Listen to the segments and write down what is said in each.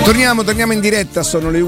Torniamo in diretta, sono le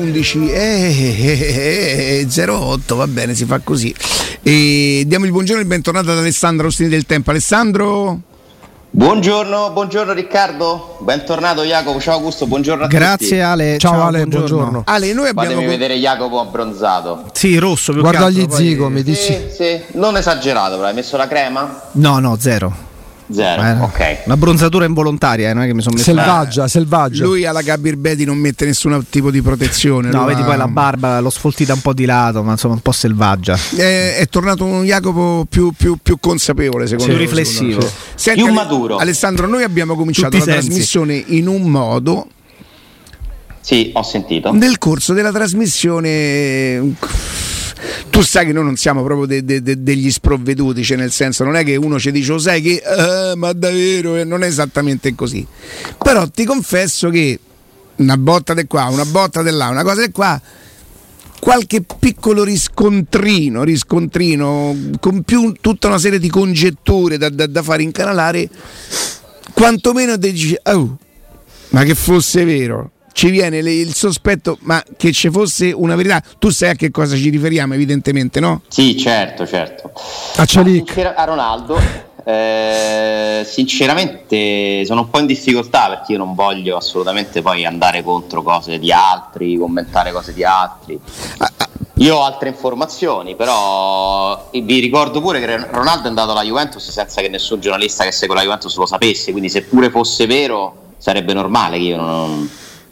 11:08, va bene, si fa così. E diamo il buongiorno e il bentornato ad Alessandro Ostini del Tempo. Alessandro? Buongiorno Riccardo, bentornato Jacopo, ciao Augusto, buongiorno a tutti. Grazie Ale, ciao Ale, buongiorno. Ale, noi abbiamo Fatemi vedere Jacopo abbronzato. Sì, rosso, più guarda che altro, gli zigomi, dici? Sì, non esagerato, però hai messo la crema? No, zero. Ok. Una bronzatura involontaria, non è che mi sono messo Selvaggia. Lui alla Gabir Bedi non mette nessun tipo di protezione. No, vedi poi la barba l'ho sfoltita un po' di lato, ma insomma un po' selvaggia. È tornato un Jacopo più consapevole, secondo me. Più riflessivo. Senti, più maturo. Alessandro, noi abbiamo cominciato la trasmissione in un modo. Sì, ho sentito. Nel corso della trasmissione tu sai che noi non siamo proprio degli sprovveduti, cioè nel senso non è che uno ci dice sai che ma davvero non è esattamente così, però ti confesso che una botta di qua, una botta di là, una cosa di qua, qualche piccolo riscontrino con più tutta una serie di congetture da fare incanalare, quantomeno ti dici ma che fosse vero. Ci viene il sospetto, ma che ci fosse una verità. Tu sai a che cosa ci riferiamo, evidentemente, no? Sì, certo. A Ronaldo, sinceramente sono un po' in difficoltà perché io non voglio assolutamente poi andare contro cose di altri, commentare cose di altri. Io ho altre informazioni, però vi ricordo pure che Ronaldo è andato alla Juventus senza che nessun giornalista che segue la Juventus lo sapesse, quindi se pure fosse vero sarebbe normale che io non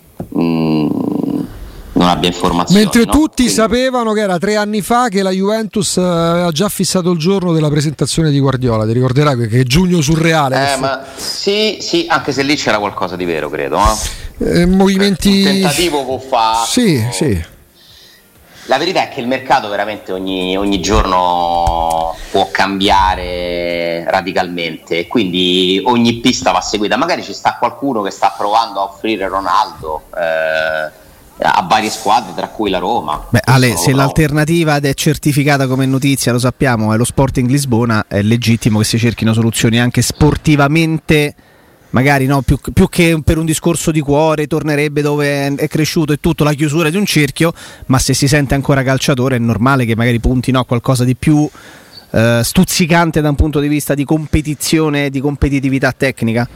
abbia informazioni. Mentre no? tutti sapevano che era 3 anni fa che la Juventus aveva già fissato il giorno della presentazione di Guardiola, ti ricorderai che è giugno surreale. Ma sì, anche se lì c'era qualcosa di vero, credo. No? Movimenti. Un tentativo può fare. Sì. La verità è che il mercato veramente ogni giorno può cambiare radicalmente, quindi ogni pista va seguita. Magari ci sta qualcuno che sta provando a offrire Ronaldo a varie squadre, tra cui la Roma. Beh, Ale, se l'alternativa è certificata come notizia, lo sappiamo, è lo Sporting Lisbona, è legittimo che si cerchino soluzioni anche sportivamente. Magari no, più che per un discorso di cuore, tornerebbe dove è cresciuto e tutto, la chiusura di un cerchio, ma se si sente ancora calciatore è normale che magari punti a qualcosa di più stuzzicante da un punto di vista di competizione, di competitività tecnica.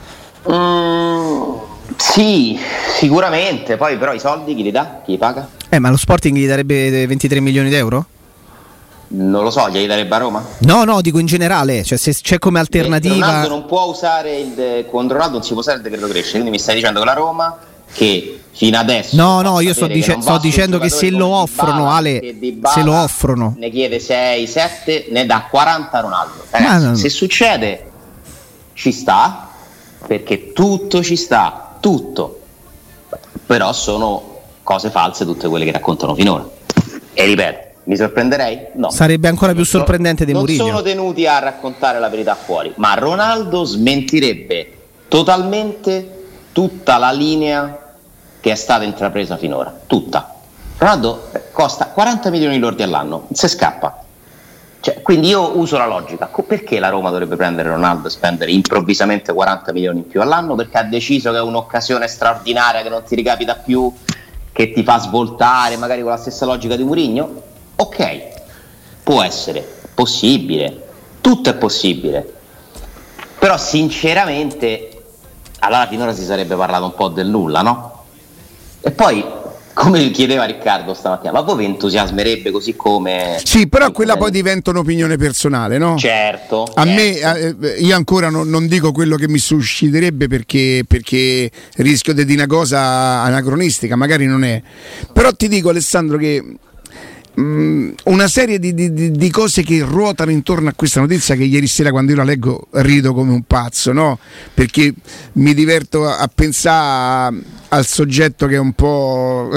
Sì, sicuramente, poi però i soldi chi li dà? Chi li paga? Ma lo Sporting gli darebbe 23 milioni di euro? Non lo so, glieli darebbe a Roma? No, dico in generale, cioè se c'è come alternativa. Ronaldo non può usare con Ronaldo non si può usare il decreto crescita, quindi mi stai dicendo che la Roma, che fino adesso no, io sto dicendo che se lo offrono, Ale, se lo offrono, ne chiede 6, 7, ne dà 40 a Ronaldo. Ragazzi, no. Se succede ci sta, perché tutto ci sta, tutto. Però sono cose false tutte quelle che raccontano finora. E ripeto, mi sorprenderei? No. Sarebbe ancora più sorprendente di Mourinho. Non sono tenuti a raccontare la verità fuori, ma Ronaldo smentirebbe totalmente tutta la linea che è stata intrapresa finora. Tutta. Ronaldo costa 40 milioni lordi all'anno, se scappa. Quindi io uso la logica. Perché la Roma dovrebbe prendere Ronaldo e spendere improvvisamente 40 milioni in più all'anno? Perché ha deciso che è un'occasione straordinaria che non ti ricapita più, che ti fa svoltare, magari con la stessa logica di Mourinho? Ok, può essere, possibile, tutto è possibile, però sinceramente allora finora si sarebbe parlato un po' del nulla, no? E poi, come chiedeva Riccardo stamattina, ma voi vi entusiasmerebbe così come... Sì, però quella poi diventa un'opinione personale, no? Certo. Me, io ancora non dico quello che mi susciterebbe perché rischio di dire una cosa anacronistica, magari non è. Però ti dico, Alessandro, che una serie di cose che ruotano intorno a questa notizia, che ieri sera quando io la leggo rido come un pazzo, no? Perché mi diverto a pensare al soggetto che è un po'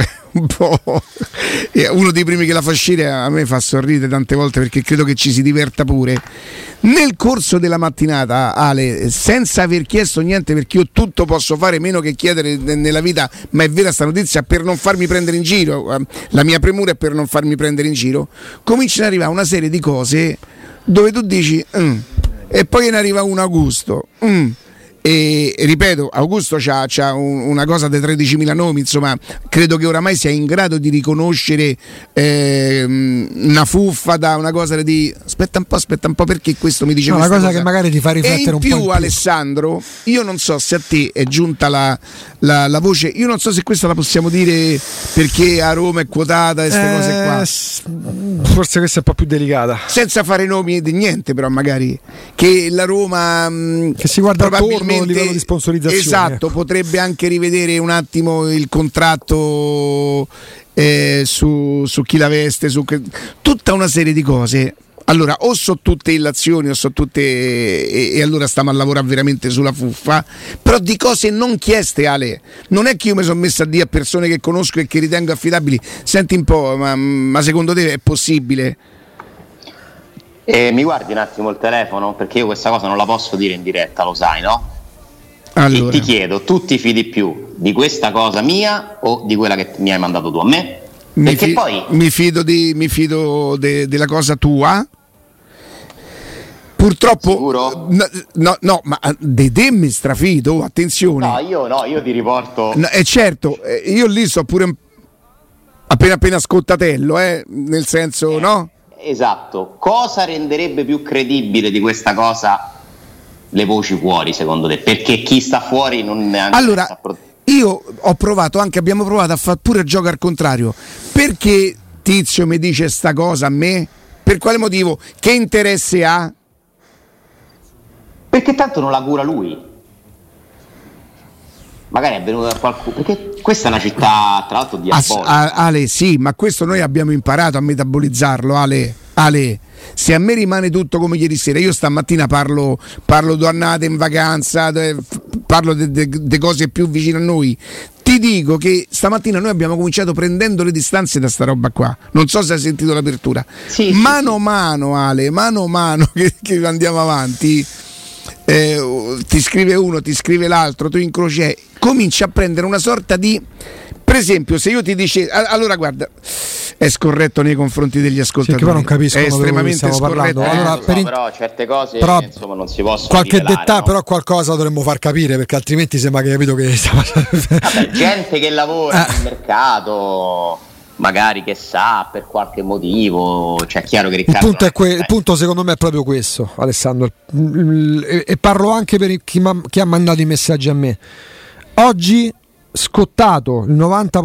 uno dei primi che la fa uscire, a me fa sorridere tante volte perché credo che ci si diverta pure. Nel corso della mattinata, Ale, senza aver chiesto niente, perché io tutto posso fare meno che chiedere nella vita, ma è vera sta notizia, per non farmi prendere in giro, la mia premura è per non farmi prendere in giro, cominciano ad arrivare una serie di cose dove tu dici e poi ne arriva uno a gusto E ripeto, Augusto c'ha una cosa dei 13.000 nomi, insomma, credo che oramai sia in grado di riconoscere una fuffa da una cosa di aspetta un po' perché questo mi dice una cosa che magari ti fa riflettere un po' in più. Alessandro, io non so se a te è giunta la voce, io non so se questa la possiamo dire perché a Roma è quotata e queste cose qua. Forse questa è un po' più delicata, senza fare nomi di niente, però magari che la Roma che si guarda attorno a livello di sponsorizzazione, esatto, potrebbe anche rivedere un attimo il contratto su chi la veste, su tutta una serie di cose. Allora, o so tutte illazioni o so tutte e allora stiamo a lavorare veramente sulla fuffa, però di cose non chieste, Ale. Non è che io mi sono messo a dire a persone che conosco e che ritengo affidabili, senti un po', ma secondo te è possibile? Mi guardi un attimo il telefono, perché io questa cosa non la posso dire in diretta, lo sai, no? Allora. E ti chiedo, tu ti fidi più di questa cosa mia o di quella che mi hai mandato tu a me? Perché poi mi fido della cosa tua. Purtroppo sicuro? No, ma di te mi strafido, attenzione. No, io ti riporto. Certo, io lì sto pure appena scottatello, nel senso, no? Esatto. Cosa renderebbe più credibile di questa cosa le voci fuori, secondo te? Perché chi sta fuori non è. Allora, io abbiamo provato a fare pure il gioco al contrario. Perché Tizio mi dice sta cosa a me? Per quale motivo? Che interesse ha? Perché tanto non la cura lui. Magari è venuto da qualcuno. Perché questa è una città, tra l'altro, diabolica. Ale, sì, ma questo noi abbiamo imparato a metabolizzarlo, Ale. Se a me rimane tutto come ieri sera, io stamattina parlo di annate in vacanza, parlo di cose più vicine a noi. Ti dico che stamattina noi abbiamo cominciato prendendo le distanze da sta roba qua. Non so se hai sentito l'apertura. Sì, mano a mano, Ale, mano a mano che andiamo avanti. Ti scrive uno, ti scrive l'altro, tu incroci, cominci a prendere una sorta di, per esempio, se io ti dicevo, allora guarda, è scorretto nei confronti degli ascoltatori, però non capisco, è estremamente scorretto. Allora, però certe cose insomma non si possono qualche rivelare, dettaglio, no? Però qualcosa dovremmo far capire, perché altrimenti sembra che capito che Vabbè, gente che lavora nel mercato, magari che sa per qualche motivo, cioè chiaro che Riccardo il punto secondo me è proprio questo, Alessandro, e parlo anche per chi ha mandato i messaggi a me. Oggi scottato il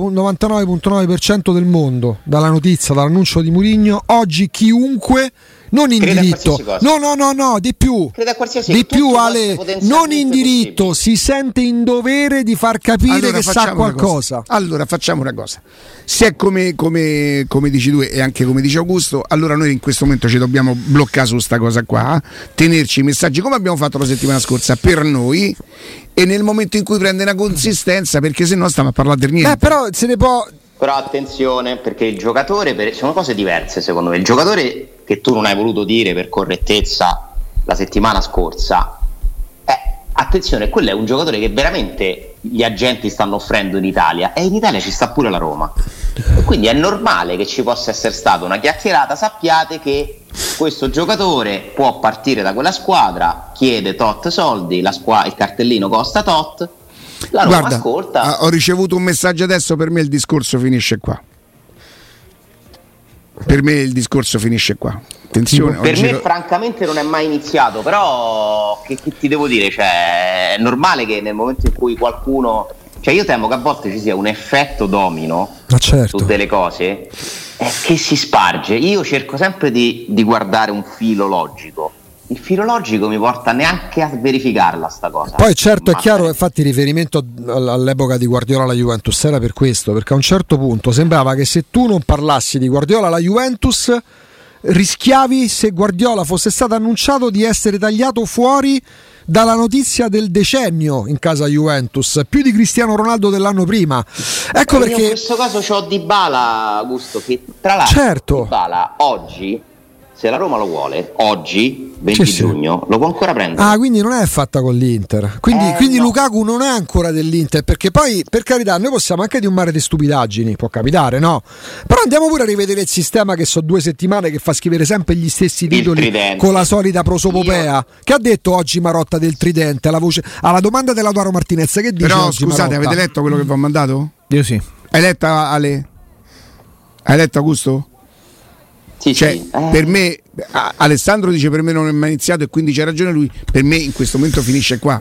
99.9% del mondo dalla notizia, dall'annuncio di Mourinho, oggi chiunque non in diritto, no, di più, Ale, non in diritto, si sente in dovere di far capire allora, che sa qualcosa. Allora facciamo una cosa, se è come dici tu e anche come dice Augusto, allora noi in questo momento ci dobbiamo bloccare su sta cosa qua, tenerci i messaggi come abbiamo fatto la settimana scorsa per noi, e nel momento in cui prende una consistenza, perché sennò stiamo a parlare di niente. Però se ne può. Però attenzione, perché il giocatore, sono cose diverse secondo me. Il giocatore che tu non hai voluto dire per correttezza la settimana scorsa, attenzione, quello è un giocatore che veramente gli agenti stanno offrendo in Italia, e in Italia ci sta pure la Roma, e quindi è normale che ci possa essere stata una chiacchierata. Sappiate che questo giocatore può partire da quella squadra, chiede tot soldi, il cartellino costa tot, la Roma guarda, ascolta. Ho ricevuto un messaggio adesso, per me il discorso finisce qua. Per me il discorso finisce qua. Attenzione, per me francamente non è mai iniziato, però che ti devo dire, cioè, è normale che nel momento in cui qualcuno, cioè io temo che a volte ci sia un effetto domino certo, su delle cose che si sparge. Io cerco sempre di guardare un filo logico. Il filo logico mi porta neanche a verificarla sta cosa. Poi certo è chiaro, infatti il riferimento all'epoca di Guardiola alla Juventus era per questo, perché a un certo punto sembrava che se tu non parlassi di Guardiola alla Juventus rischiavi, se Guardiola fosse stato annunciato, di essere tagliato fuori dalla notizia del decennio in casa Juventus, più di Cristiano Ronaldo dell'anno prima. Ecco perché in questo caso c'ho Dybala, Augusto, che tra l'altro certo, Dybala oggi se la Roma lo vuole, oggi, 20 giugno, lo può ancora prendere. Ah, quindi non è fatta con l'Inter. Quindi no. Lukaku non è ancora dell'Inter, perché poi, per carità, noi possiamo anche di un mare di stupidaggini, può capitare, no? Però andiamo pure a rivedere il sistema che so 2 settimane che fa scrivere sempre gli stessi titoli con la solita prosopopea. Che ha detto oggi Marotta del tridente alla domanda della Lautaro Martinez? Che dice? Però oggi, scusate, Marotta? avete letto quello che vi ho mandato? Io sì. Hai letto, Ale? Hai letto, Augusto? Sì, cioè, sì. Per me, Alessandro dice per me non è mai iniziato e quindi c'ha ragione lui, per me in questo momento finisce qua.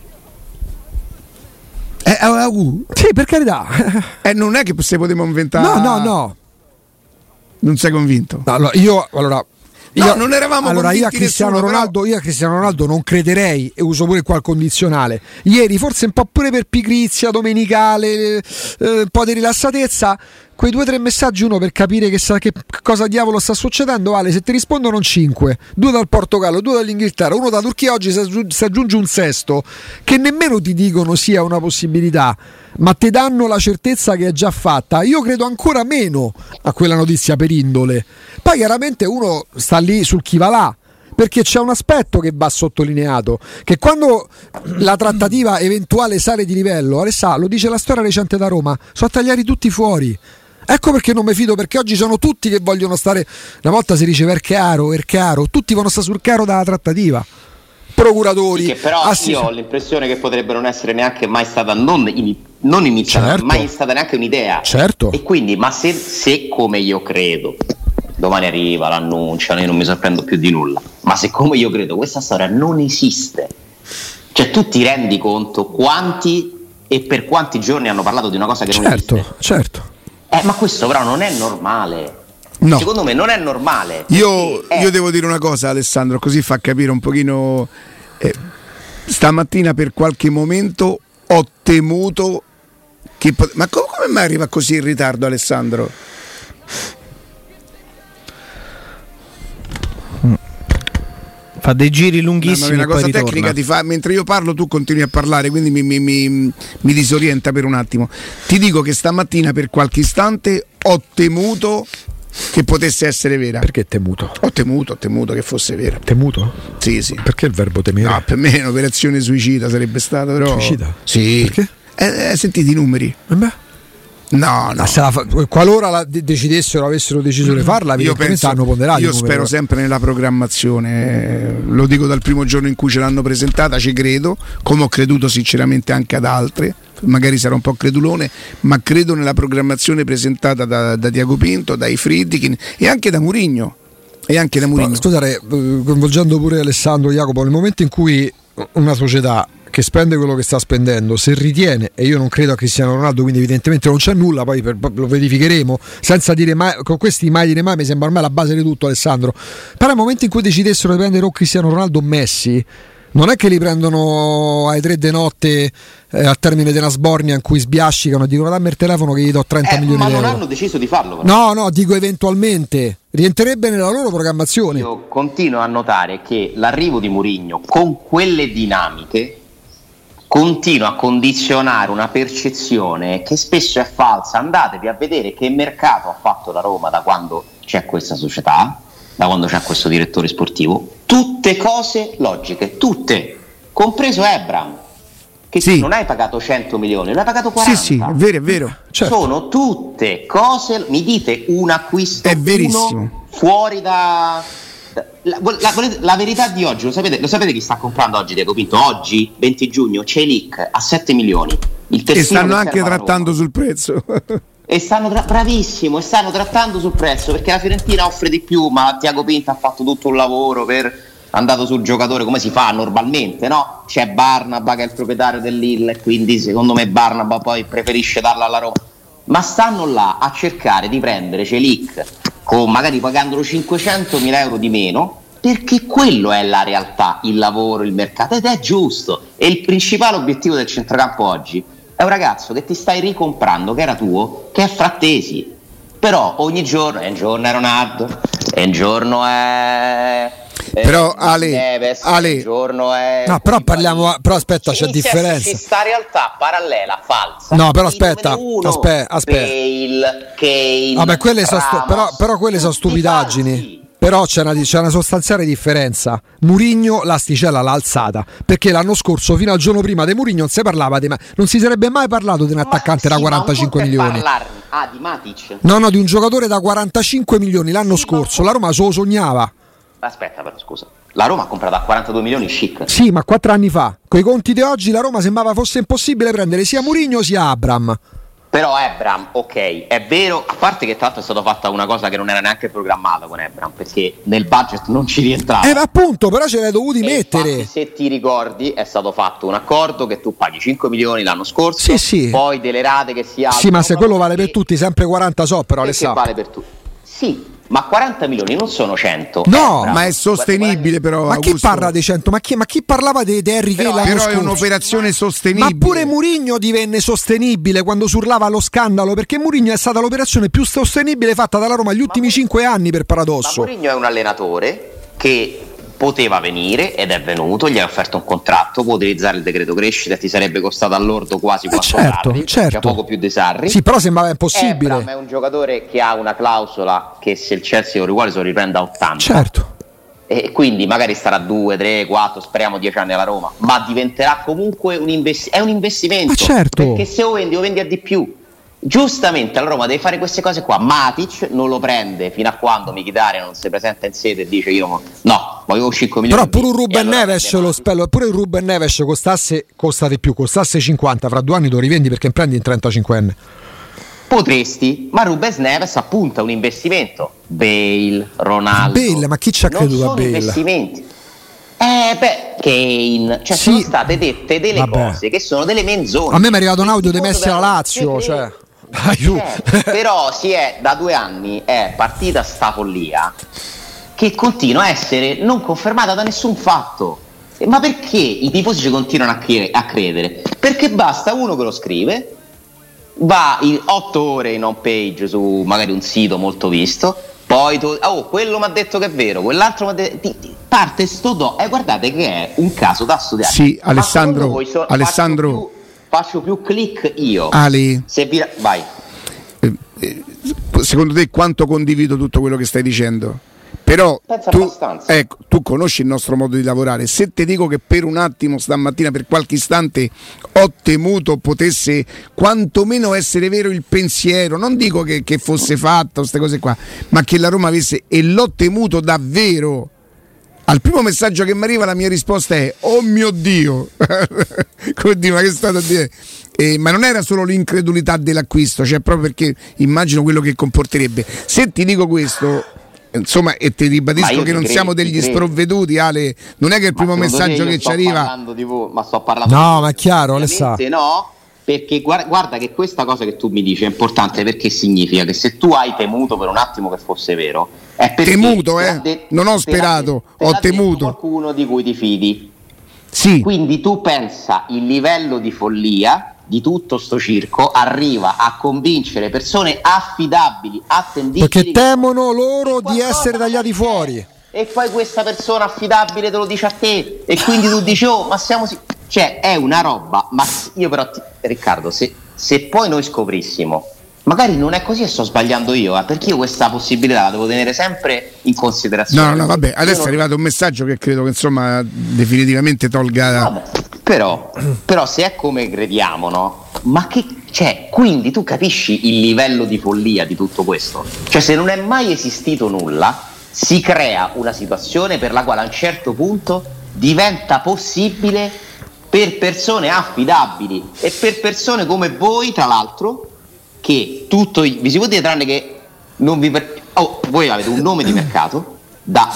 Sì, per carità. Non è che se potevo inventare. No. Non sei convinto? Non eravamo io a Cristiano Ronaldo non crederei, e uso pure qua il condizionale. Ieri forse un po' pure per pigrizia domenicale, un po' di rilassatezza, quei 2-3 messaggi, uno per capire che cosa diavolo sta succedendo. Vale, se ti rispondono 5, 2 dal Portogallo, 2 dall'Inghilterra, 1 da Turchia, oggi si aggiunge un sesto che nemmeno ti dicono sia una possibilità, ma ti danno la certezza che è già fatta. Io credo ancora meno a quella notizia per indole. Poi chiaramente uno sta lì sul chi va là, perché c'è un aspetto che va sottolineato, che quando la trattativa eventuale sale di livello, Alessà, lo dice la storia recente da Roma, sono tagliati tutti fuori. Ecco perché non mi fido, perché oggi sono tutti che vogliono stare, una volta si dice Vercaro, tutti vanno stare sul caro dalla trattativa, procuratori. Sì, che però io ho l'impressione che potrebbe non essere neanche mai stata non iniziata, certo, mai stata neanche un'idea. Certo. E quindi, ma se come io credo, domani arriva, l'annunciano, io non mi sorprendo più di nulla, ma se come io credo questa storia non esiste, cioè tu ti rendi conto quanti e per quanti giorni hanno parlato di una cosa che non esiste? Certo. Ma questo però non è normale. No. Secondo me non è normale. Io devo dire una cosa, Alessandro, così fa capire un pochino. Stamattina per qualche momento ho temuto che ma come mai arriva così in ritardo, Alessandro? Fa dei giri lunghissimi. Una cosa tecnica ti fa, mentre io parlo tu continui a parlare, quindi mi disorienta per un attimo. Ti dico che stamattina per qualche istante ho temuto che potesse essere vera. Perché temuto? Ho temuto che fosse vera. Temuto? Sì. Perché il verbo temere? No, per me è un'operazione suicida sarebbe stata, però. Suicida? Sì. Perché? Sentite i numeri. No. Qualora avessero deciso di farla, evidentemente hanno ponderato. Io spero sempre nella programmazione, lo dico dal primo giorno in cui ce l'hanno presentata, ci credo, come ho creduto sinceramente anche ad altre, magari sarà un po' credulone, ma credo nella programmazione presentata da Tiago Pinto, dai Friedkin e anche da Mourinho. Scusate, coinvolgendo pure Alessandro, Jacopo, nel momento in cui una società che spende quello che sta spendendo, se ritiene, e io non credo a Cristiano Ronaldo, quindi evidentemente non c'è nulla, poi lo verificheremo, senza dire mai, con questi mai dire mai, mi sembra ormai la base di tutto, Alessandro. Però nel momento in cui decidessero di prendere o Cristiano Ronaldo o Messi, non è che li prendono alle 3 di notte al termine di una sbornia in cui sbiascicano e dicono dammi il telefono che gli do 30 milioni di euro. Ma non hanno deciso di farlo però. No, dico eventualmente rientrerebbe nella loro programmazione. Io continuo a notare che l'arrivo di Mourinho con quelle dinamiche continua a condizionare una percezione che spesso è falsa. Andatevi a vedere che mercato ha fatto la Roma da quando c'è questa società, da quando c'è questo direttore sportivo. Tutte cose logiche, tutte, compreso Ebram, che sì, non hai pagato 100 milioni, l'hai pagato 40. Sì, è vero. Certo. Sono tutte cose, mi dite un acquisto è verissimo, fuori da... La verità di oggi, lo sapete chi sta comprando oggi Tiago Pinto? Oggi, 20 giugno, Celik a 7 milioni. E stanno anche trattando sul prezzo. E stanno bravissimo, e stanno trattando sul prezzo perché la Fiorentina offre di più, ma Tiago Pinto ha fatto tutto un lavoro per andato sul giocatore come si fa normalmente, no? C'è Barnaba che è il proprietario dell'Ille, quindi secondo me Barnaba poi preferisce darla alla Roma. Ma stanno là a cercare di prendere Celik con magari pagandolo 500.000 euro di meno, perché quello è la realtà, il lavoro, il mercato, ed è giusto. E il principale obiettivo del centrocampo oggi è un ragazzo che ti stai ricomprando, che era tuo, che è Frattesi. Però ogni giorno è un giorno è Ronaldo, è un giorno è... Però Ale, un giorno è... No, però parliamo, però aspetta, c'è differenza. C'è sta realtà parallela, falsa. No, però aspetta. Bale, Kane, vabbè, quelle sono però quelle sono stupidaggini. Però c'è una sostanziale differenza. Mourinho l'asticella l'ha alzata, perché l'anno scorso fino al giorno prima di Mourinho non si parlava non si sarebbe mai parlato di un attaccante da 45 milioni. Di Matic? No, di un giocatore da 45 milioni l'anno scorso. La Roma se lo sognava. Aspetta però, scusa. La Roma ha comprato a 42 milioni Schick. Sì, ma 4 anni fa. Coi conti di oggi la Roma sembrava fosse impossibile prendere sia Mourinho sia Abraham. Però Abraham, ok, è vero, a parte che tra l'altro è stata fatta una cosa che non era neanche programmata con Abraham, perché nel budget non ci rientrava. Appunto, però ce l'hai dovuti mettere. Infatti, se ti ricordi, è stato fatto un accordo che tu paghi 5 milioni l'anno scorso, sì. Poi delle rate che si alzano. Sì, ma se quello vale per tutti, sempre 40 però Alessandro. Vale per tutti. Sì. Ma 40 milioni non sono 100. No, ma è sostenibile però. Ma chi parla dei 100? Ma chi parlava di Harry Kane? Però è un'operazione sostenibile. Ma pure Mourinho divenne sostenibile quando surlava allo scandalo, perché Mourinho è stata l'operazione più sostenibile fatta dalla Roma negli ultimi 5 anni, per paradosso. Ma Mourinho è un allenatore che poteva venire ed è venuto, gli ha offerto un contratto, può utilizzare il decreto crescita e ti sarebbe costato all'ordo quasi 4 Sarri, cioè poco più di Sarri. Sì, però sembrava impossibile. Abraham è un giocatore che ha una clausola che se il Chelsea lo rivuole se lo riprende a 80. Certo. E quindi magari starà 2, 3, 4, speriamo 10 anni alla Roma, ma diventerà comunque è un investimento. Ma certo. Perché se lo vendi a di più. Giustamente la Roma deve fare queste cose qua. Matic non lo prende fino a quando Mkhitaryan non si presenta in sede e dice io no, voglio 5 milioni. Però pure un Ruben Neves pure il Ruben Neves costa di più, costasse 50, fra 2 anni lo rivendi perché prendi in 35enne. Potresti, ma Ruben Neves appunto è un investimento. Bale, Ronaldo. Bale, ma chi ci ha creduto a Bale? Investimenti. Kane, cioè sono state dette delle cose che sono delle menzogne. A me mi è arrivato un audio di Messi alla Lazio, cioè. Però da 2 anni è partita sta follia che continua a essere non confermata da nessun fatto. Ma perché i tifosi ci continuano a credere? Perché basta uno che lo scrive, va in 8 ore in home page su magari un sito molto visto, poi quello mi ha detto che è vero, quell'altro mi ha detto, parte guardate che è un caso da studiare. Sì, Alessandro, faccio più click io. Ali, vai. Secondo te quanto condivido tutto quello che stai dicendo? Però tu conosci il nostro modo di lavorare. Se ti dico che per un attimo stamattina, per qualche istante, ho temuto potesse quantomeno essere vero il pensiero, non dico che fosse fatto queste cose qua, ma che la Roma avesse, e l'ho temuto davvero. Al primo messaggio che mi arriva la mia risposta è oh mio Dio. Oddio, ma che è stato a dire? Ma non era solo l'incredulità dell'acquisto, cioè proprio perché immagino quello che comporterebbe. Se ti dico questo, insomma, e ti ribadisco che non siamo degli sprovveduti, Ale, non è che il primo messaggio che ci arriva. Ma sto parlando no, ma è chiaro, Alessandro. No, perché guarda che questa cosa che tu mi dici è importante, perché significa che se tu hai temuto per un attimo che fosse vero, è perché temuto, non ho sperato, ho temuto. Qualcuno di cui ti fidi. Sì. Quindi tu pensa il livello di follia di tutto sto circo arriva a convincere persone affidabili, attendibili, perché temono loro di essere tagliati fuori. E poi questa persona affidabile te lo dice a te e quindi tu dici ma siamo cioè è una roba. Ma io però Riccardo, se poi noi scoprissimo magari non è così e sto sbagliando io, perché io questa possibilità la devo tenere sempre in considerazione. No, vabbè, adesso è arrivato un messaggio che credo che insomma definitivamente tolga. Però se è come crediamo, no? Ma che c'è? Quindi tu capisci il livello di follia di tutto questo? Cioè, se non è mai esistito nulla, si crea una situazione per la quale a un certo punto diventa possibile per persone affidabili e per persone come voi, tra l'altro, che tutto vi si può dire tranne che non vi voi avete un nome di mercato da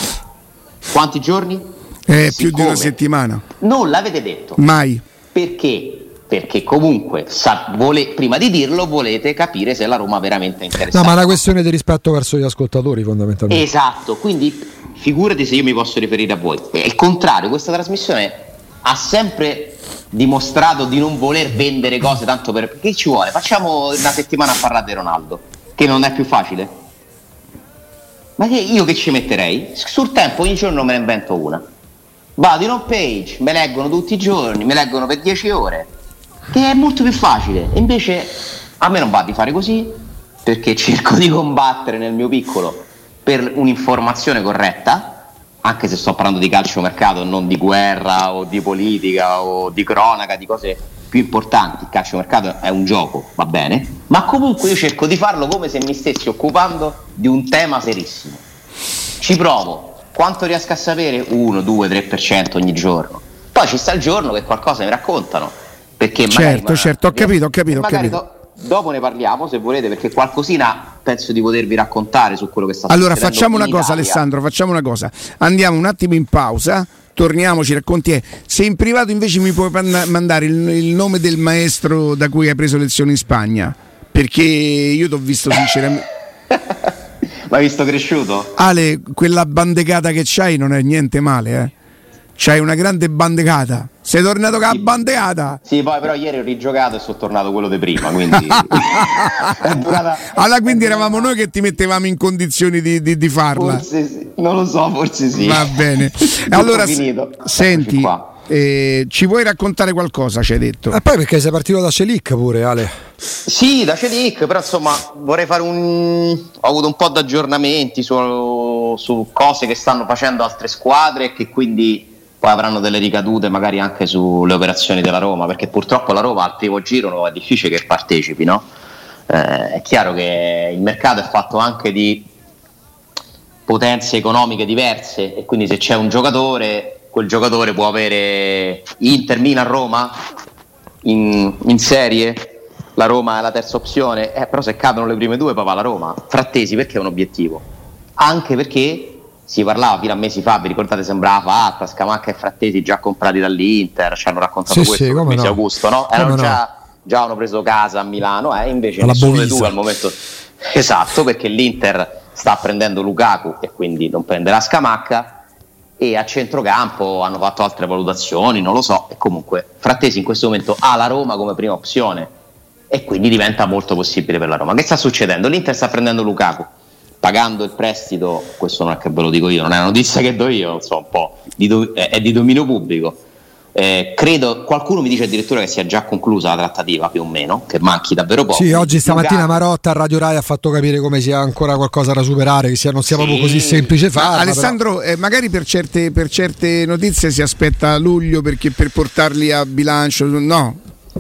quanti giorni? Più di una settimana. Non l'avete detto. Mai. Perché? Perché comunque prima di dirlo volete capire se la Roma veramente è interessata. No, ma è una questione di rispetto verso gli ascoltatori, fondamentalmente. Esatto, quindi figurati se io mi posso riferire a voi. È il contrario, questa trasmissione ha sempre dimostrato di non voler vendere cose tanto per... Che ci vuole? Facciamo una settimana a parlare di Ronaldo, che non è più facile? Ma io che ci metterei? Sul tempo ogni giorno me ne invento una. Vado in home page, me leggono tutti i giorni, me leggono per 10 ore, che è molto più facile. E invece a me non va di fare così, perché cerco di combattere nel mio piccolo per un'informazione corretta, anche se sto parlando di calciomercato, non di guerra o di politica o di cronaca, di cose più importanti. Il calciomercato è un gioco, va bene, ma comunque io cerco di farlo come se mi stessi occupando di un tema serissimo. Ci provo, quanto riesco a sapere? 1, 2, 3% ogni giorno. Poi ci sta il giorno che qualcosa mi raccontano, perché certo, ho capito. Dopo ne parliamo se volete, perché qualcosina penso di potervi raccontare su quello che sta succedendo. Allora facciamo una cosa, Alessandro, andiamo un attimo in pausa, torniamo, ci racconti. Se in privato invece mi puoi mandare il nome del maestro da cui hai preso lezioni in Spagna, perché io t'ho visto sinceramente. Ma hai visto cresciuto? Ale, quella bandecata che c'hai non è niente male, C'hai una grande bandecata. Sei tornato con la bandecata. Sì, poi però ieri ho rigiocato e sono tornato quello di prima, quindi allora quindi eravamo noi che ti mettevamo in condizioni di farla. Forse sì. Non lo so, forse sì. Va bene. Allora senti, ci vuoi raccontare qualcosa, ci hai detto? E poi perché sei partito da Celic pure, Ale? Sì, da Celic, però insomma vorrei fare ho avuto un po' di aggiornamenti su cose che stanno facendo altre squadre e che quindi poi avranno delle ricadute magari anche sulle operazioni della Roma, perché purtroppo la Roma al primo giro è difficile che partecipi, no? È chiaro che il mercato è fatto anche di potenze economiche diverse e quindi se c'è un giocatore, quel giocatore può avere Inter, Milan, Roma in serie, la Roma è la terza opzione, però se cadono le prime due poi va la Roma. Frattesi perché è un obiettivo, anche perché si parlava fino a mesi fa, vi ricordate, sembrava fatta, Scamacca e Frattesi già comprati dall'Inter, ci hanno raccontato questo il mese Augusto, no? Erano già hanno preso casa a Milano, invece nessuno dei due al momento. Esatto, perché l'Inter sta prendendo Lukaku e quindi non prenderà Scamacca, e a centrocampo hanno fatto altre valutazioni, non lo so, e comunque Frattesi in questo momento ha la Roma come prima opzione e quindi diventa molto possibile per la Roma. Che sta succedendo? L'Inter sta prendendo Lukaku, pagando il prestito, questo non è che ve lo dico io, non è una notizia che do io, non so, un po' è di dominio pubblico. Credo, qualcuno mi dice addirittura che sia già conclusa la trattativa, più o meno, che manchi davvero poco. Sì, oggi stamattina Marotta a Radio Rai ha fatto capire come sia ancora qualcosa da superare, che non sia proprio così semplice farla. Alessandro, magari per certe notizie si aspetta luglio perché per portarli a bilancio, no?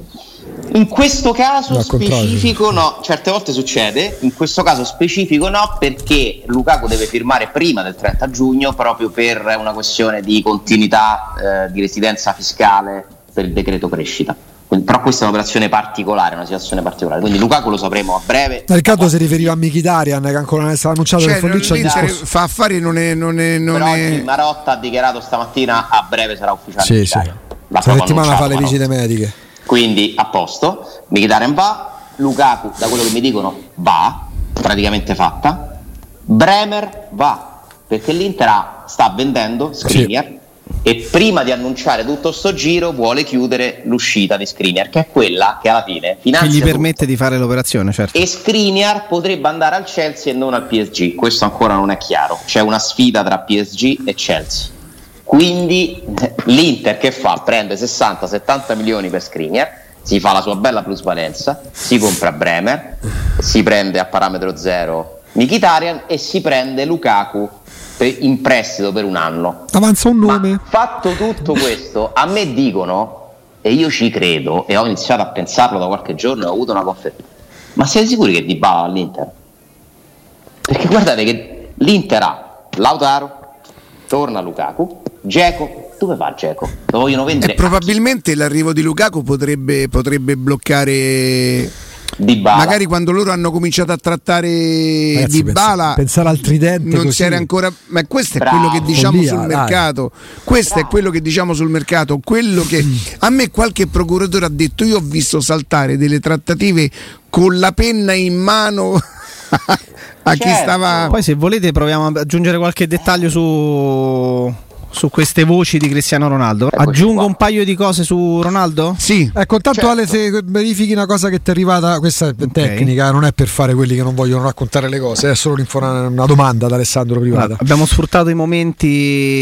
In questo caso specifico no, certe volte succede, in questo caso specifico no, perché Lukaku deve firmare prima del 30 giugno proprio per una questione di continuità di residenza fiscale per il decreto crescita. Quindi, però questa è un'operazione particolare, una situazione particolare, quindi Lukaku lo sapremo a breve. Riccardo si riferiva a Mkhitaryan che ancora non è stato annunciato, cioè, per fa affari non è oggi Marotta ha dichiarato stamattina a breve sarà ufficiale. Sì. La settimana fa le visite mediche. Quindi a posto, Mkhitaryan va, Lukaku da quello che mi dicono va, praticamente fatta, Bremer va, perché l'Inter sta vendendo Skriniar e prima di annunciare tutto sto giro vuole chiudere l'uscita di Skriniar, che è quella che alla fine finanzia che gli permette tutto. Di fare l'operazione, certo. E Skriniar potrebbe andare al Chelsea e non al PSG, questo ancora non è chiaro, c'è una sfida tra PSG e Chelsea. Quindi l'Inter che fa? Prende 60-70 milioni per Skriniar, si fa la sua bella plusvalenza, si compra Bremer, si prende a parametro zero Mkhitaryan e si prende Lukaku in prestito per un anno. Avanza un nome. Ma fatto tutto questo, a me dicono, e io ci credo, e ho iniziato a pensarlo da qualche giorno e ho avuto una conferma, ma siete sicuri che Dybala all'Inter? Perché guardate che l'Inter ha Lautaro, torna Lukaku, Dzeko, dove va Dzeko? Lo vogliono vendere. Probabilmente l'arrivo di Lukaku potrebbe bloccare Dybala. Magari quando loro hanno cominciato a trattare Ragazzi, Dybala pensare al tridente non così. si era ancora, ma questo è Bravo. quello che diciamo Follia, sul mercato. Questo è quello che diciamo sul mercato, quello che a me qualche procuratore ha detto, io ho visto saltare delle trattative con la penna in mano a chi stava. Poi se volete proviamo ad aggiungere qualche dettaglio su queste voci di Cristiano Ronaldo. Aggiungo un paio di cose su Ronaldo? Sì. Ecco, tanto Ale, se verifichi una cosa che ti è arrivata, questa è tecnica, non è per fare quelli che non vogliono raccontare le cose, è solo una domanda ad Alessandro privata. Abbiamo sfruttato i momenti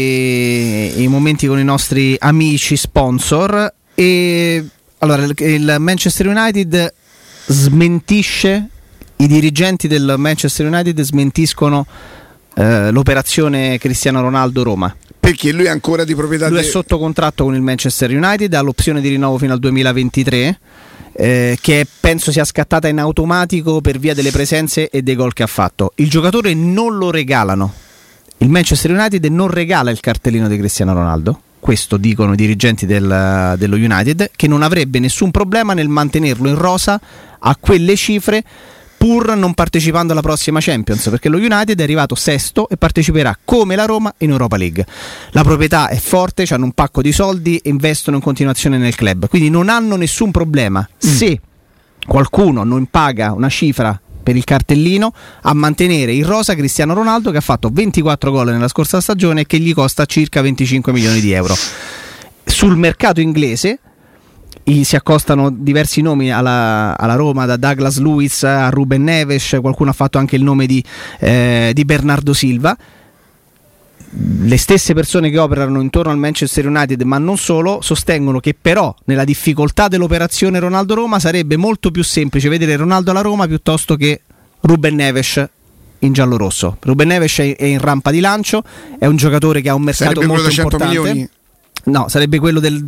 con i nostri amici sponsor e allora il Manchester United smentisce, i dirigenti del Manchester United smentiscono l'operazione Cristiano Ronaldo Roma. Perché lui è ancora di proprietà. Lui è sotto contratto con il Manchester United, ha l'opzione di rinnovo fino al 2023, che penso sia scattata in automatico per via delle presenze e dei gol che ha fatto. Il giocatore non lo regalano. Il Manchester United non regala il cartellino di Cristiano Ronaldo. Questo dicono i dirigenti dello United, che non avrebbe nessun problema nel mantenerlo in rosa a quelle cifre, pur non partecipando alla prossima Champions, perché lo United è arrivato sesto e parteciperà come la Roma in Europa League. La proprietà è forte, hanno un pacco di soldi e investono in continuazione nel club, quindi non hanno nessun problema se qualcuno non paga una cifra per il cartellino a mantenere in rosa Cristiano Ronaldo, che ha fatto 24 gol nella scorsa stagione e che gli costa circa 25 milioni di euro. Sul mercato inglese si accostano diversi nomi alla Roma, da Douglas Luiz a Ruben Neves, qualcuno ha fatto anche il nome di Bernardo Silva. Le stesse persone che operano intorno al Manchester United, ma non solo, sostengono che però nella difficoltà dell'operazione Ronaldo Roma sarebbe molto più semplice vedere Ronaldo alla Roma piuttosto che Ruben Neves in giallorosso. Ruben Neves è in rampa di lancio, è un giocatore che ha un mercato sarebbe molto 100 importante. milioni? No, sarebbe quello del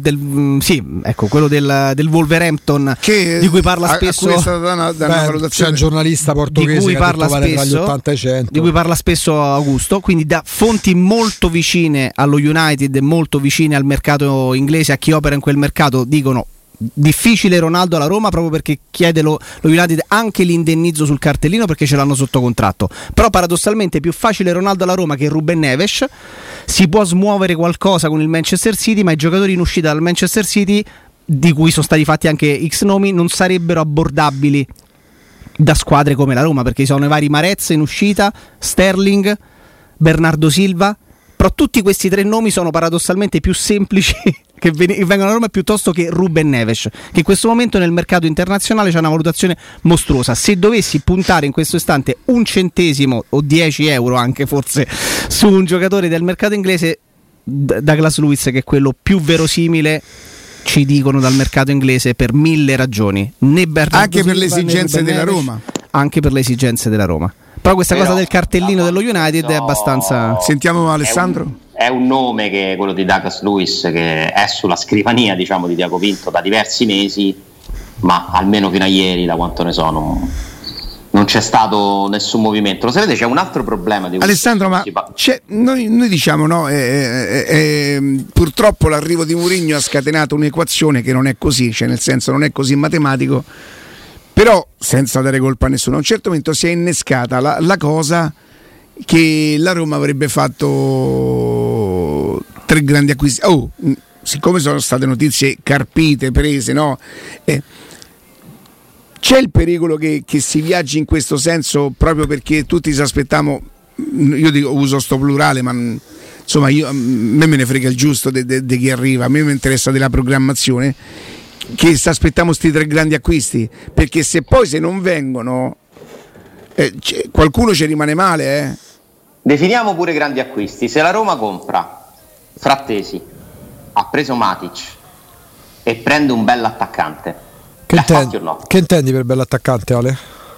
Wolverhampton, che di cui parla spesso. A cui è stata data una valutazione. C'è un giornalista portoghese di cui che parla ha detto vale tra gli spesso, 80 e 100. di cui parla spesso Augusto, quindi da fonti molto vicine allo United e molto vicine al mercato inglese, a chi opera in quel mercato, dicono difficile Ronaldo alla Roma, proprio perché chiede lo United anche l'indennizzo sul cartellino, perché ce l'hanno sotto contratto. Però paradossalmente più facile Ronaldo alla Roma che Ruben Neves. Si può smuovere qualcosa con il Manchester City, ma i giocatori in uscita dal Manchester City, di cui sono stati fatti anche X nomi, non sarebbero abbordabili da squadre come la Roma, perché ci sono i vari Marez in uscita, Sterling, Bernardo Silva. Però tutti questi tre nomi sono paradossalmente più semplici che vengono a Roma piuttosto che Ruben Neves, che in questo momento nel mercato internazionale c'è una valutazione mostruosa. Se dovessi puntare in questo istante un centesimo o 10 euro anche forse su un giocatore del mercato inglese, Douglas Luiz, che è quello più verosimile, ci dicono dal mercato inglese, per 1000 ragioni. Anche per le esigenze della Roma. Anche per le esigenze della Roma. Però questa cosa del cartellino dello United è abbastanza... Sentiamo Alessandro. È un nome, che quello di Douglas Luiz, che è sulla scrivania, diciamo, di Tiago Pinto da diversi mesi, ma almeno fino a ieri, da quanto ne so, non c'è stato nessun movimento. Lo sapete, c'è un altro problema di Alessandro, ma noi diciamo purtroppo l'arrivo di Mourinho ha scatenato un'equazione che non è così, cioè nel senso non è così matematico, però senza dare colpa a nessuno. A un certo momento si è innescata la cosa che la Roma avrebbe fatto 3 grandi acquisti. Siccome sono state notizie carpite, prese, no? C'è il pericolo che si viaggi in questo senso, proprio perché tutti si aspettavamo, io dico, uso sto plurale, ma insomma a me ne frega il giusto di chi arriva, a me mi interessa della programmazione, che si aspettiamo sti 3 grandi acquisti, perché se non vengono qualcuno ci rimane male. Definiamo pure grandi acquisti. Se la Roma compra Frattesi, ha preso Matic e prende un bell'attaccante, che intendi per bell'attaccante, Ale?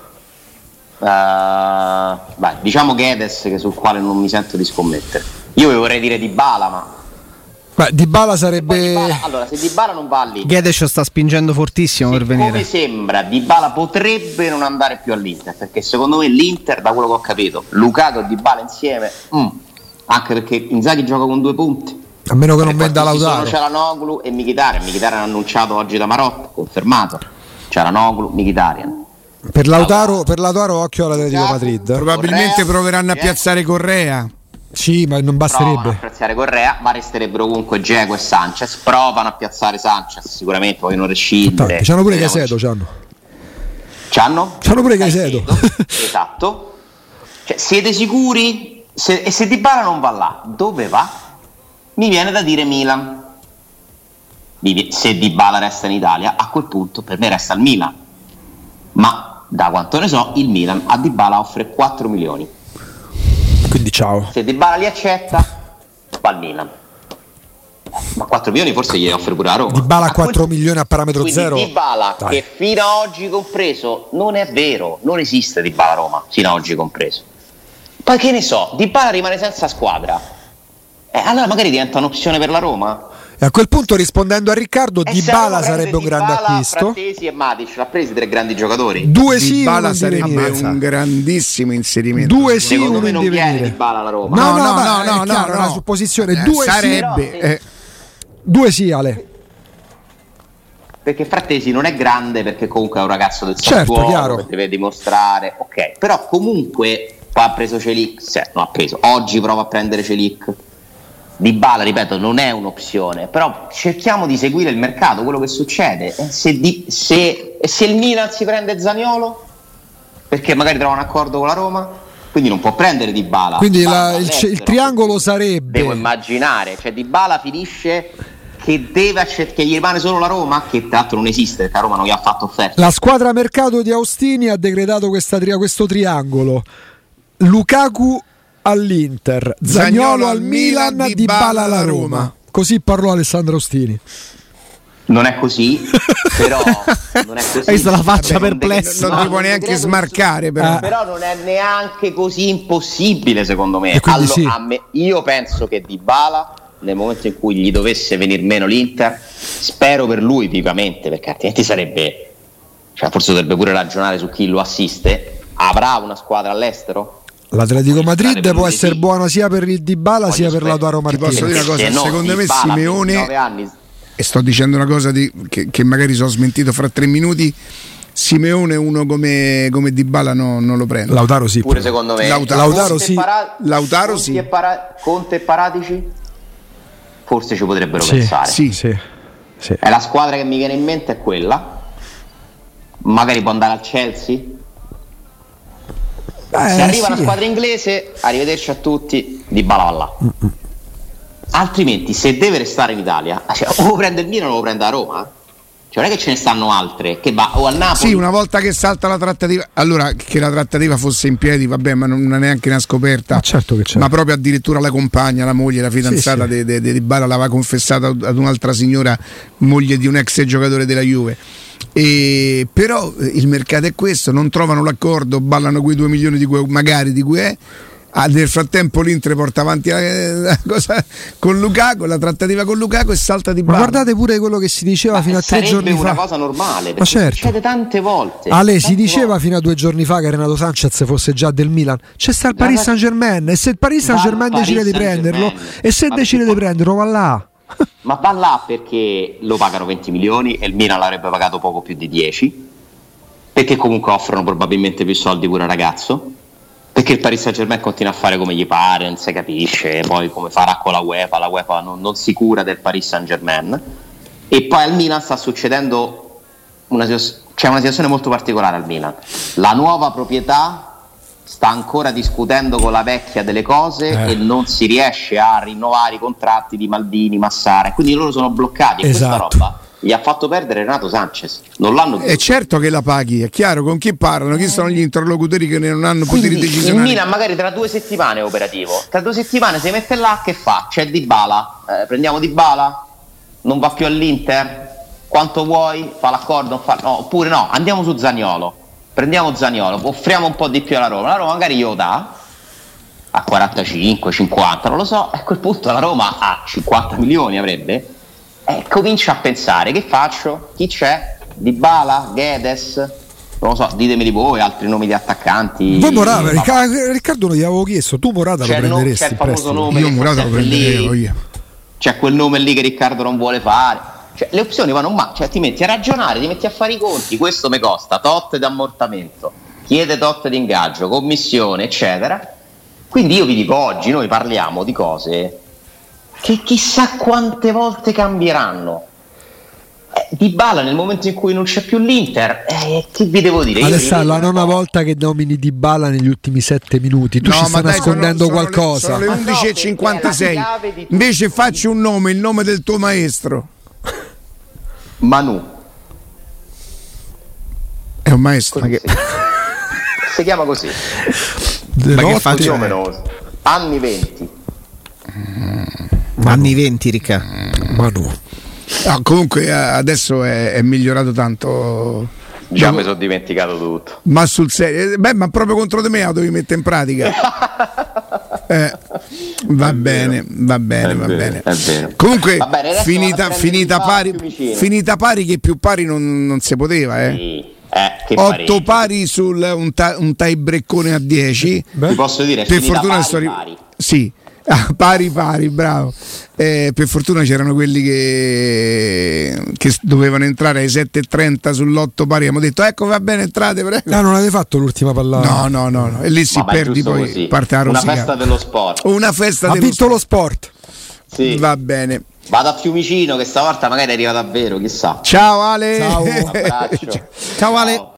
Diciamo Guedes, sul quale non mi sento di scommettere. Io vorrei dire Dybala, ma Dybala sarebbe... allora, se Dybala non va lì, Guedes sta spingendo fortissimo per venire. Come sembra, Dybala potrebbe non andare più all'Inter, perché secondo me l'Inter, da quello che ho capito, Lukaku e Dybala insieme, anche perché Inzaghi gioca con 2 punti, a meno che non venda Lautaro. C'era Noglu e Mkhitaryan hanno annunciato oggi da Marotta, confermato. C'era Noglu, Mkhitaryan. Per Lautaro occhio all'Atletico Madrid. Probabilmente proveranno a piazzare Correa. Sì, ma non basterebbe. Provano a piazzare Correa, ma resterebbero comunque Dzeko e Sanchez. Provano a piazzare Sanchez, sicuramente vogliono rescindere. C'hanno pure Caicedo, C'hanno pure Caicedo. Esatto. Cioè, siete sicuri? Se Dybala non va là, dove va? Mi viene da dire Milan. Se Dybala resta in Italia, a quel punto per me resta il Milan. Ma da quanto ne so, il Milan a Dybala offre 4 milioni. Quindi ciao. Se Dybala li accetta, va al Milan. Ma 4 milioni forse gli offre pure a Roma. Dybala a 4 milioni a parametro zero. Dybala, che fino a oggi compreso, non è vero, non esiste Dybala a Roma, fino a oggi compreso. poi che ne so, Dybala rimane senza squadra, allora magari diventa un'opzione per la Roma. E a quel punto, rispondendo a Riccardo, Dybala sarebbe un grande acquisto. Frattesi e Matic, l'ha presi 3 grandi giocatori. Due sì, Dybala sarebbe un grandissimo inserimento. Due sì, secondo me non viene divenire. Dybala alla Roma. No, è una supposizione. Due sarebbe. Sì. Due sì, Ale. Perché Frattesi non è grande, perché comunque è un ragazzo del Certo, Sassuolo, chiaro. che deve dimostrare, ok, però comunque poi ha preso Celic, oggi prova a prendere Celic. Dybala, ripeto, non è un'opzione, però cerchiamo di seguire il mercato, quello che succede. Se il Milan si prende Zaniolo, perché magari trova un accordo con la Roma, quindi non può prendere Dybala. Quindi il triangolo sarebbe, devo immaginare, cioè Dybala finisce che gli rimane solo la Roma, che tra l'altro non esiste, perché la Roma non gli ha fatto offerta. La squadra mercato di Austini ha decretato questo triangolo: Lukaku all'Inter, Zaniolo al Milan, Dybala alla Roma. Così parlò Alessandro Austini. Non è così, però non è così. Hai visto la faccia perplessa? Non ti può neanche smarcare, però non è neanche così impossibile, secondo me. Sì. Io penso che Dybala, nel momento in cui gli dovesse venir meno l'Inter, spero per lui vivamente, perché altrimenti sarebbe, forse dovrebbe pure ragionare su chi lo assiste. Avrà una squadra all'estero? L'Atletico Madrid può essere buona sia per il Dybala sia per Lautaro Martinez. Posso dire una cosa? Secondo me Dybala, Simeone, 29 anni. e sto dicendo una cosa che magari sono smentito fra 3 minuti, Simeone uno come Dybala non lo prende. Lautaro sì. Pure secondo me. Lautaro sì. Lautaro sì. Conte e Paratici forse ci potrebbero pensare. Sì. È la squadra che mi viene in mente, è quella. Magari può andare al Chelsea. Se arriva una squadra inglese, arrivederci a tutti, Dybala va là. Altrimenti, se deve restare in Italia, o prende il Milan o lo prende a Roma. Non è che ce ne stanno altre, che va o al Napoli. Sì, una volta che salta la trattativa, allora che la trattativa fosse in piedi, vabbè, ma non è neanche una scoperta. Certo che c'è. Ma proprio addirittura la compagna, la moglie, la fidanzata di Dybala l'aveva confessata ad un'altra signora, moglie di un ex giocatore della Juve. Però il mercato è questo, non trovano l'accordo, ballano quei 2 milioni di cui è. Nel frattempo l'Inter porta avanti la cosa con Lukaku, la trattativa con Lukaku, e salta Dybala. Ma guardate pure quello che si diceva fino a 3 giorni fa. Sarebbe una cosa normale, perché succede tante volte. Si diceva fino a 2 giorni fa che Renato Sanchez fosse già del Milan. C'è sta il Paris Saint-Germain, e se il Paris Saint-Germain decide di prenderlo, e se decide di prenderlo, va là. Ma va là perché lo pagano 20 milioni e il Milan l'avrebbe pagato poco più di 10, perché comunque offrono probabilmente più soldi pure al ragazzo, perché il Paris Saint-Germain continua a fare come gli pare, non si capisce poi come farà con la UEFA non si cura del Paris Saint-Germain. E poi al Milan sta succedendo una situazione molto particolare al Milan. La nuova proprietà sta ancora discutendo con la vecchia delle cose e non si riesce a rinnovare i contratti di Maldini, Massara, quindi loro sono bloccati. Esatto. E questa roba gli ha fatto perdere Renato Sanchez, non l'hanno più. È certo che la paghi, è chiaro, con chi parlano, chi sono gli interlocutori che non hanno poteri decisionali. Il Milan magari tra 2 settimane è operativo, tra 2 settimane si mette là, che fa? C'è Dybala, prendiamo Dybala, non va più all'Inter, quanto vuoi, fa l'accordo, oppure no, andiamo su Zaniolo, prendiamo Zaniolo, offriamo un po' di più alla Roma, la Roma magari glielo dà a 45, 50, non lo so, a quel punto la Roma ha 50 milioni avrebbe. Comincia a pensare, che faccio? Chi c'è? Dybala, Guedes, non lo so, ditemeli voi altri nomi di attaccanti. Voi Morata, Riccardo non gli avevo chiesto, tu Morata lo prenderesti? C'è il famoso nome, io Morata lo prenderei io. C'è quel nome lì che Riccardo non vuole fare. Le opzioni vanno ti metti a ragionare, ti metti a fare i conti, questo mi costa tot di ammortamento, chiede tot di ingaggio, commissione, eccetera. Quindi io vi dico, oggi noi parliamo di cose che chissà quante volte cambieranno. Dybala nel momento in cui non c'è più l'Inter, che vi devo dire? Alessandro, la nona volta che nomini Dybala negli ultimi 7 minuti, tu ci stai nascondendo qualcosa. Sono le 11:56. Invece faccio un nome, il nome del tuo maestro. Manu. È un maestro. Si chiama così. Ma che faccio? Anni 20. Anni 20, Ricca. Manu. Comunque adesso è migliorato tanto Già mi sono dimenticato tutto. Ma sul serio, ma proprio contro di me la devi mettere in pratica. Va bene. È vero. Comunque, Va bene, finita pari che più pari non si poteva. Sì. 8 pari sul un tie breccone a 10. Ti posso dire, per fortuna pari. Sì. Pari, bravo. Per fortuna c'erano quelli che dovevano entrare ai 7:30 sull'8 pari. Abbiamo detto ecco, va bene, entrate, prego. Non avete fatto l'ultima pallata? No. E lì si perdi, poi così. parte la rosicata. Una festa dello sport. Ha vinto lo sport. Sì. Va bene. Vado a Fiumicino che stavolta magari arriva davvero, chissà. Ciao Ale. Un abbraccio. Ciao Ale.